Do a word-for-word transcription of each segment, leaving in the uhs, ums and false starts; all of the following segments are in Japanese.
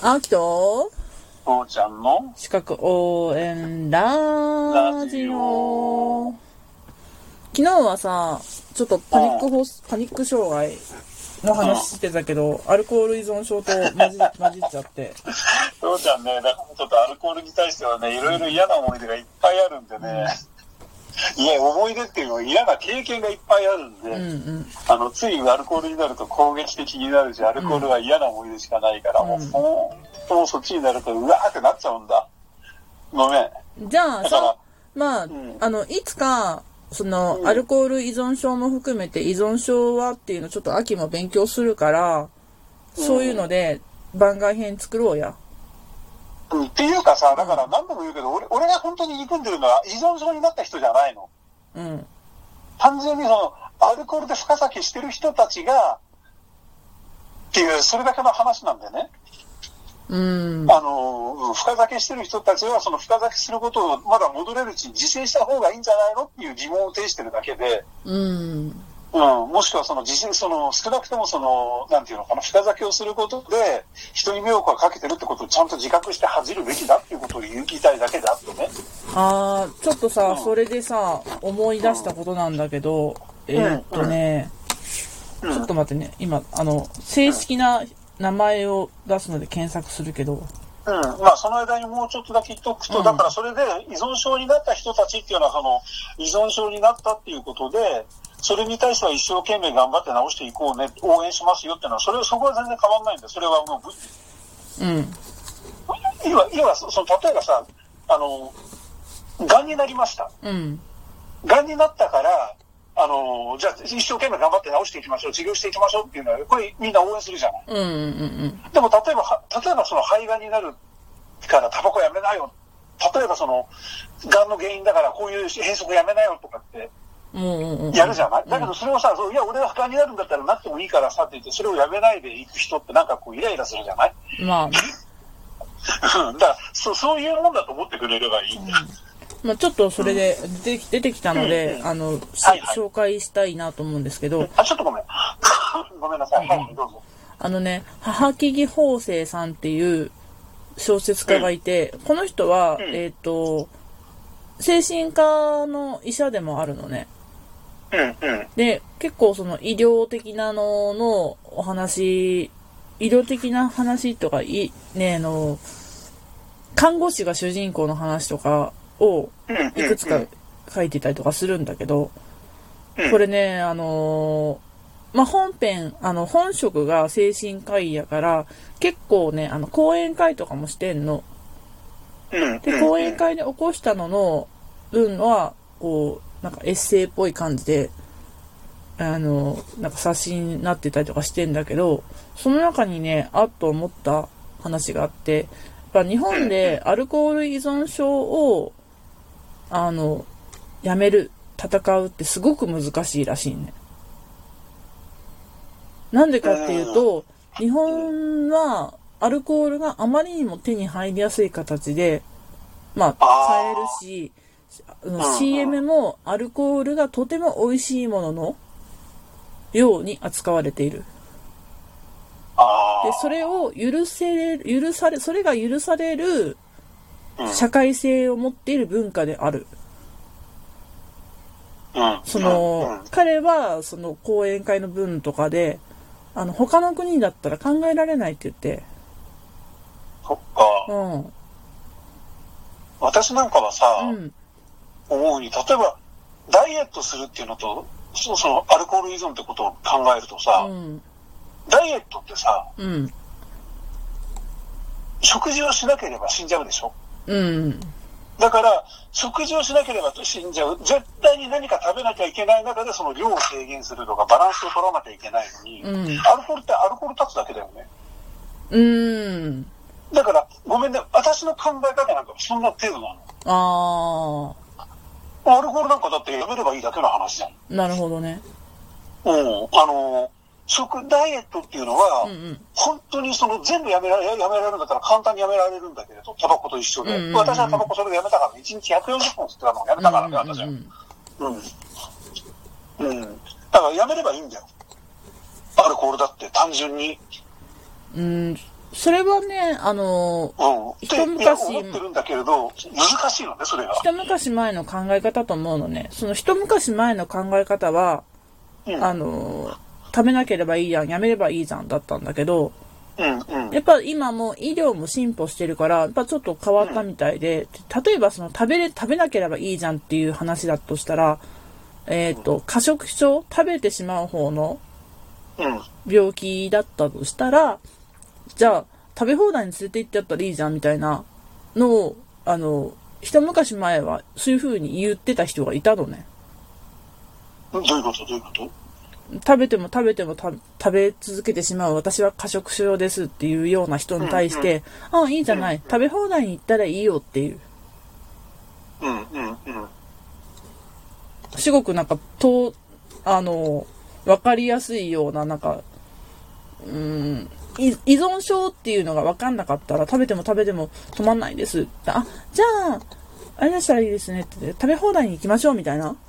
あきと父ちゃんの資格応援ラジオ。昨日はさ、ちょっとパニックホス、パニック障害の話してたけど、うん、アルコール依存症と混じ、混じっちゃって。 父ちゃんね、だからちょっとアルコールに対してはね、いろいろ嫌な思い出がいっぱいあるんでね。うん、いや、思い出っていうのは嫌な経験がいっぱいあるんで、うんうん、あの、ついアルコールになると攻撃的になるし、アルコールは嫌な思い出しかないから、うん、もうほんともうそっちになるとうわーってなっちゃうんだ。ごめん。 じゃあさ、まあ、うん、あの、いつか、その、うん、アルコール依存症も含めて依存症はっていうのをちょっと秋も勉強するから、そういうので番外編作ろうや。 うん、っていうかさ、だから何度も言うけど、俺、俺が本当に憎んでるのは依存症になった人じゃないの。 うん。 単純にその、アルコールで深酒してる人たちが、っていう、それだけの話なんだよね。 うん。 あの、深酒してる人たちは、その深酒することをまだ戻れるうちに自制した方がいいんじゃないのっていう疑問を呈してるだけで、 うん。 うん、もしくはその自信、その少なくともその、なんていうのかな、深酒をすることで、人に迷惑をかけてるってことをちゃんと自覚して恥じるべきだっていうことを言いたいだけであってね。 ああ、ちょっとさ、うん、それでさ、思い出したことなんだけど、うん、えー、っとね、うん、ちょっと待ってね、今、あの、正式な名前を出すので検索するけど、 うん、まあその間にもうちょっとだけ言っとくと、うん、だからそれで依存症になった人たちっていうのは、その依存症になったっていうことで、それに対しては一生懸命頑張って直していこうね、応援しますよっていうのは、それそこは全然変わんないんで、それはもう、 うん。 今、今、その、例えばさ、あの、癌になりました。 うん。 癌になったから、あの、じゃあ一生懸命頑張って直していきましょう、治療していきましょうっていうのは、これみんな応援するじゃない。 うんうんうん。 でも例えば、例えばその肺がんになるからタバコやめなよ。例えばその、癌の原因だからこういう閉塞やめなよとかって、やるじゃない、うん、だけどそれをさ、いや俺は癌になるんだったらなってもいいからさって言って、それをやめないでいく人ってなんかこうイライラするじゃない。 まあね。 だからそ、そういうもんだと思ってくれればいいんだ。 うん、まあちょっとそれで出てき、出てきたので、うんうん、あの、はいはい、紹介したいなと思うんですけど。 あ、ちょっとごめん。ごめんなさい。はい、どうぞ。 あのね、母木義法生さんっていう小説家がいて、うん、この人は、うん、えっと、精神科の医者でもあるのね。 うんうん、 で、結構その医療的なののお話、医療的な話とか、い、ね、あの、看護師が主人公の話とかをいくつか書いてたりとかするんだけど、これね、あの、まあ、本編、あの、本職が精神科医やから、結構ね、あの、講演会とかもしてんの。で、講演会で起こしたのの文は、こう、なんかエッセイっぽい感じで、あの、なんか冊子になってたりとかしてんだけど、その中にね、あっと思った話があって、やっぱ日本でアルコール依存症を、あの、やめる、戦うってすごく難しいらしいね。なんでかっていうと、日本はアルコールがあまりにも手に入りやすい形で、まあ、買えるし、シーエム もアルコールがとても美味しいもののように扱われている。で、それを許せる、許され、それが許される社会性を持っている文化である。その、彼はその講演会の文とかで、あの、他の国だったら考えられないって言って。 そっか。 うん。 私なんかはさ、 うん、 思うに、例えば、ダイエットするっていうのと、そそのアルコール依存ってことを考えるとさ、 うん、 ダイエットってさ、 うん、 食事をしなければ死んじゃうでしょ。 うん。 だから、食事をしなければ死んじゃう。絶対に何か食べなきゃいけない中でその量を制限するとかバランスを取らなきゃいけないのに、 うん、 アルコールってアルコール立つだけだよね。 うーん。 だから、ごめんね、私の考え方なんかそんな程度なの。ああ。アルコールなんかだってやめればいいだけの話じゃん。 なるほどね。 うん。あの、食、ダイエットっていうのは、 うんうん、 本当にその全部やめられ、やめられるんだったら簡単にやめられるんだけれど、タバコと一緒で。うんうんうん、私はタバコそれでやめたから、いちにちひゃくよんじゅっぽん吸ってたのをやめたからね、私は。うん。うん。だからやめればいいんだよ。アルコールだって単純に。 うん。 それはね、あの、 うん、一昔思ってるんだけれど、難しいのね、それが。 一昔前の考え方と思うのね。その一昔前の考え方は、うん、あの、食べなければいいやん、やめればいいじゃんだったんだけど、 うんうん、 やっぱ今も医療も進歩してるから、やっぱちょっと変わったみたいで、うん、例えばその食べれ、食べなければいいじゃんっていう話だとしたら、えっと、過食症、食べてしまう方の病気だったとしたら、じゃあ、食べ放題に連れて行ってやったらいいじゃんみたいなのを、あの、一昔前はそういう風に言ってた人がいたのね。 どういうことどういうこと食べても食べても食べ続けてしまう私は過食症ですっていうような人に対して、うんうん、ああ、いいじゃない。食べ放題に行ったらいいよっていう。 うんうんうん。 すごくなんか、と、あの、わかりやすいような、なんか、うーん、依存症っていうのが分かんなかったら食べても食べても止まんないですって、あ、じゃああれでしたらいいですねって食べ放題に行きましょうみたいな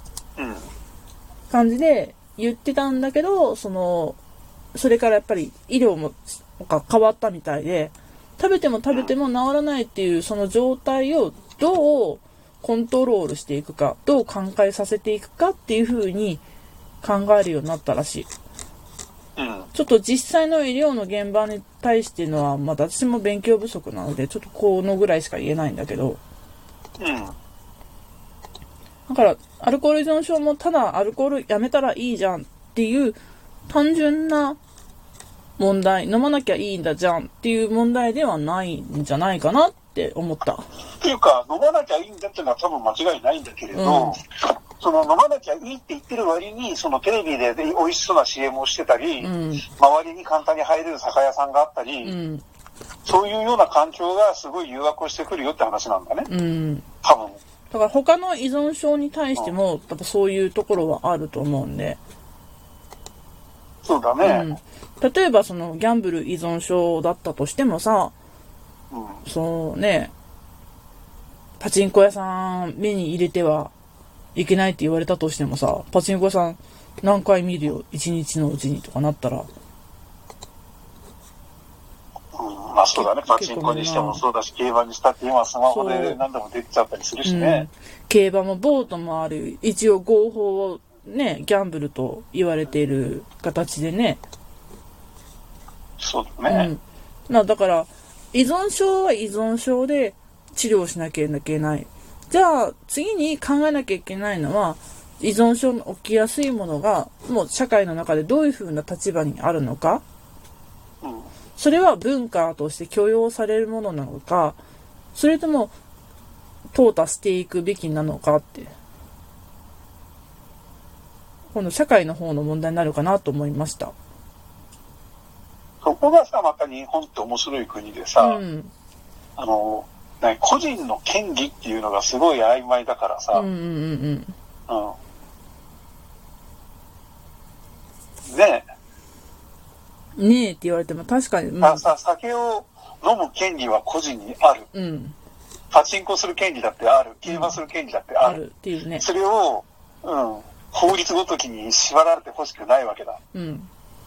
感じで言ってたんだけど、そのそれからやっぱり医療もが変わったみたいで、食べても食べても治らないっていうその状態をどうコントロールしていくか、どう考えさせていくかっていう風に考えるようになったらしい。うん、ちょっと実際の医療の現場に対してのは、まだ私も勉強不足なので、ちょっとこのぐらいしか言えないんだけど。うん。だから、アルコール依存症もただアルコールやめたらいいじゃんっていう単純な問題、飲まなきゃいいんだじゃんっていう問題ではないんじゃないかなって思った。 っていうか、飲まなきゃいいんだっていうのは多分間違いないんだけれど、うん、その飲まなきゃいいって言ってる割に、そのテレビで美味しそうな シーエム をしてたり、うん、周りに簡単に入れる酒屋さんがあったり、うん、そういうような環境がすごい誘惑をしてくるよって話なんだね。うん、多分。 だから他の依存症に対しても、うん、多分そういうところはあると思うんで。 そうだね。 うん、例えばそのギャンブル依存症だったとしてもさ、うん、そうね、パチンコ屋さん目に入れてはいけないって言われたとしてもさ、パチンコ屋さん何回見るよ一日のうちにとかなったら、 うん、まあそうだね。パチンコにしてもそうだし、競馬にしたって今スマホで何でも出ちゃったりするしね、うん、 競馬もボートもある、一応合法をねギャンブルと言われている形でね。 そうだね、うん、 まあだから依存症は依存症で治療しなきゃいけない。じゃあ次に考えなきゃいけないのは、依存症の起きやすいものがもう社会の中でどういう風な立場にあるのか、うん、それは文化として許容されるものなのか、それとも淘汰していくべきなのかって、この社会の方の問題になるかなと思いました。 そこがさ、また日本って面白い国でさ、うん、あの個人の権利っていうのがすごい曖昧だからさ、うんうんうんうん、ねえねえって言われても確かに、 うん、さ酒を飲む権利は個人にある、うん、パチンコする権利だってある、競馬する権利だってある、うん、あるっていうね、それを、うん、法律ごときに縛られてほしくないわけだ、うんうん、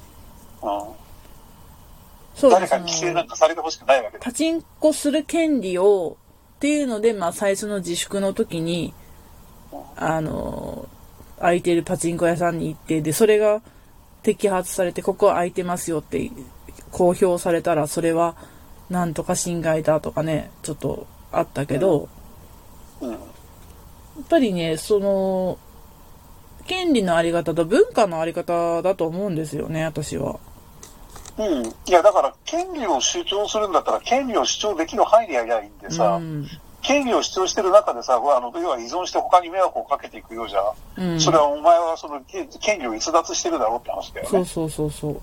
そう誰かに規制なんかされてほしくないわけだ。 パチンコする権利をっていうので、まあ最初の自粛の時に、あの空いてるパチンコ屋さんに行って、でそれが摘発されて、ここは空いてますよって公表されたら、それはなんとか侵害だとかね、ちょっとあったけど、うんうん、やっぱりね、その権利のあり方と文化のあり方だと思うんですよね、私は。 うん、いやだから権利を主張するんだったら権利を主張できる範囲でやりゃいいんでさ、うん、権利を主張してる中でさ、あの要は依存して他に迷惑をかけていくようじゃ、うん、それはお前はその権利を逸脱してるだろうって話だよね。 そうそうそうそう、うん、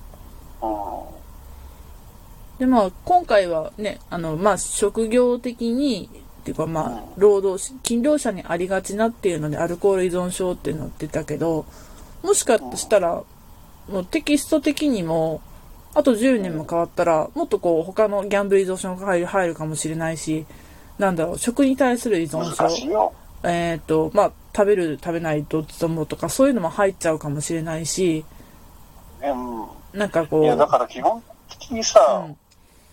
でまあ今回はね、あのまあ職業的にっていうかまあ労働勤労者にありがちなっていうのでアルコール依存症っていうのって言ったけど、もしかしたらもうテキスト的にもあとじゅうねんも変わったらもっとこう他のギャンブル依存症が入る、入るかもしれないし、なんだろう、食に対する依存症、えっとまあ食べる食べないどっちともとかそういうのも入っちゃうかもしれないし、 うん、 なんかこう、 いやだから基本的にさ、うん、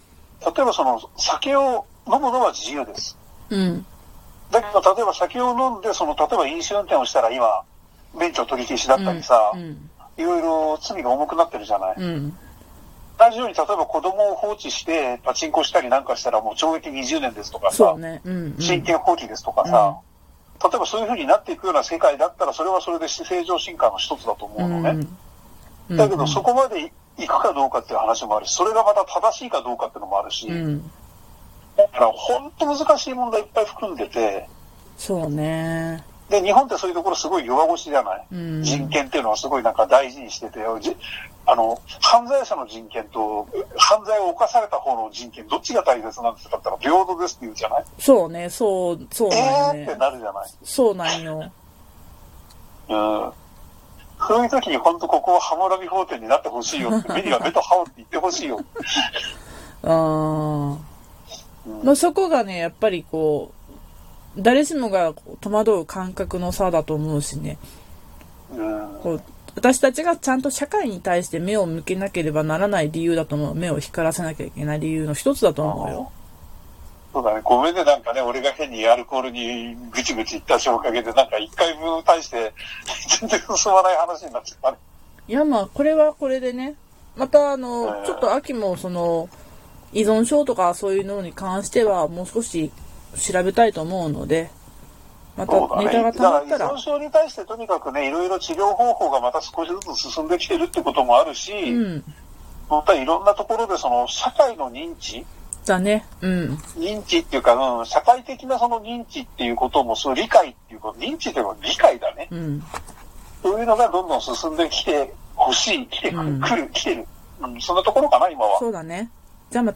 例えばその酒を飲むのは自由です。 うん。 だけど例えば酒を飲んで、その例えば飲酒運転をしたら今、免許取り消しだったりさ、 うんうん、 いろいろ罪が重くなってるじゃない。 うん、 同じように例えば子供を放置してパチンコしたりなんかしたらもう懲役にじゅうねんですとかさ、 そうね、うんうん、 親権放棄ですとかさ、うん、例えばそういう風になっていくような世界だったらそれはそれで正常進化の一つだと思うのね。うんうん、だけどそこまで行くかどうかっていう話もあるし、それがまた正しいかどうかっていうのもあるし、うん、だから本当難しい問題いっぱい含んでて、 そうね。 で、日本ってそういうところすごい弱腰じゃない、うん、人権っていうのはすごいなんか大事にしてて、あの、犯罪者の人権と犯罪を犯された方の人権、どっちが大切なんですかって言ったら平等ですって言うじゃない。 そうね、そう、そうなんよね。 えーってなるじゃない。 そうなんよ。 うん。そういう時に本当ここはハムラビ法典になってほしいよって、メディア目と歯をって言ってほしいよ。 あー。うん、まあそこがね、やっぱりこう、誰しもが戸惑う感覚の差だと思うしね、うん、こう私たちがちゃんと社会に対して目を向けなければならない理由だと思う。目を光らせなきゃいけない理由の一つだと思うよ。 そうだね、ごめんね、なんかね、俺が変にアルコールにぐちぐち言ったしおかげでなんか一回分対して全然進まない話になっちゃったね。 いや、まあこれはこれでね、またあの、えー、ちょっと秋もその依存症とかそういうのに関してはもう少し調べたいと思うので、またネタが溜まったら。 依存症に対してとにかくね、いろいろ治療方法がまた少しずつ進んできてるってこともあるし、うん、またいろんなところでその社会の認知だね、うん、 認知っていうか、うん、社会的なその認知っていうことも、そう理解っていうこと、認知というか理解だね、うん。そういうのがどんどん進んできてほしい、来てくる、うん、来る、来てる、うん。そんなところかな、今は。 そうだね。じゃあまた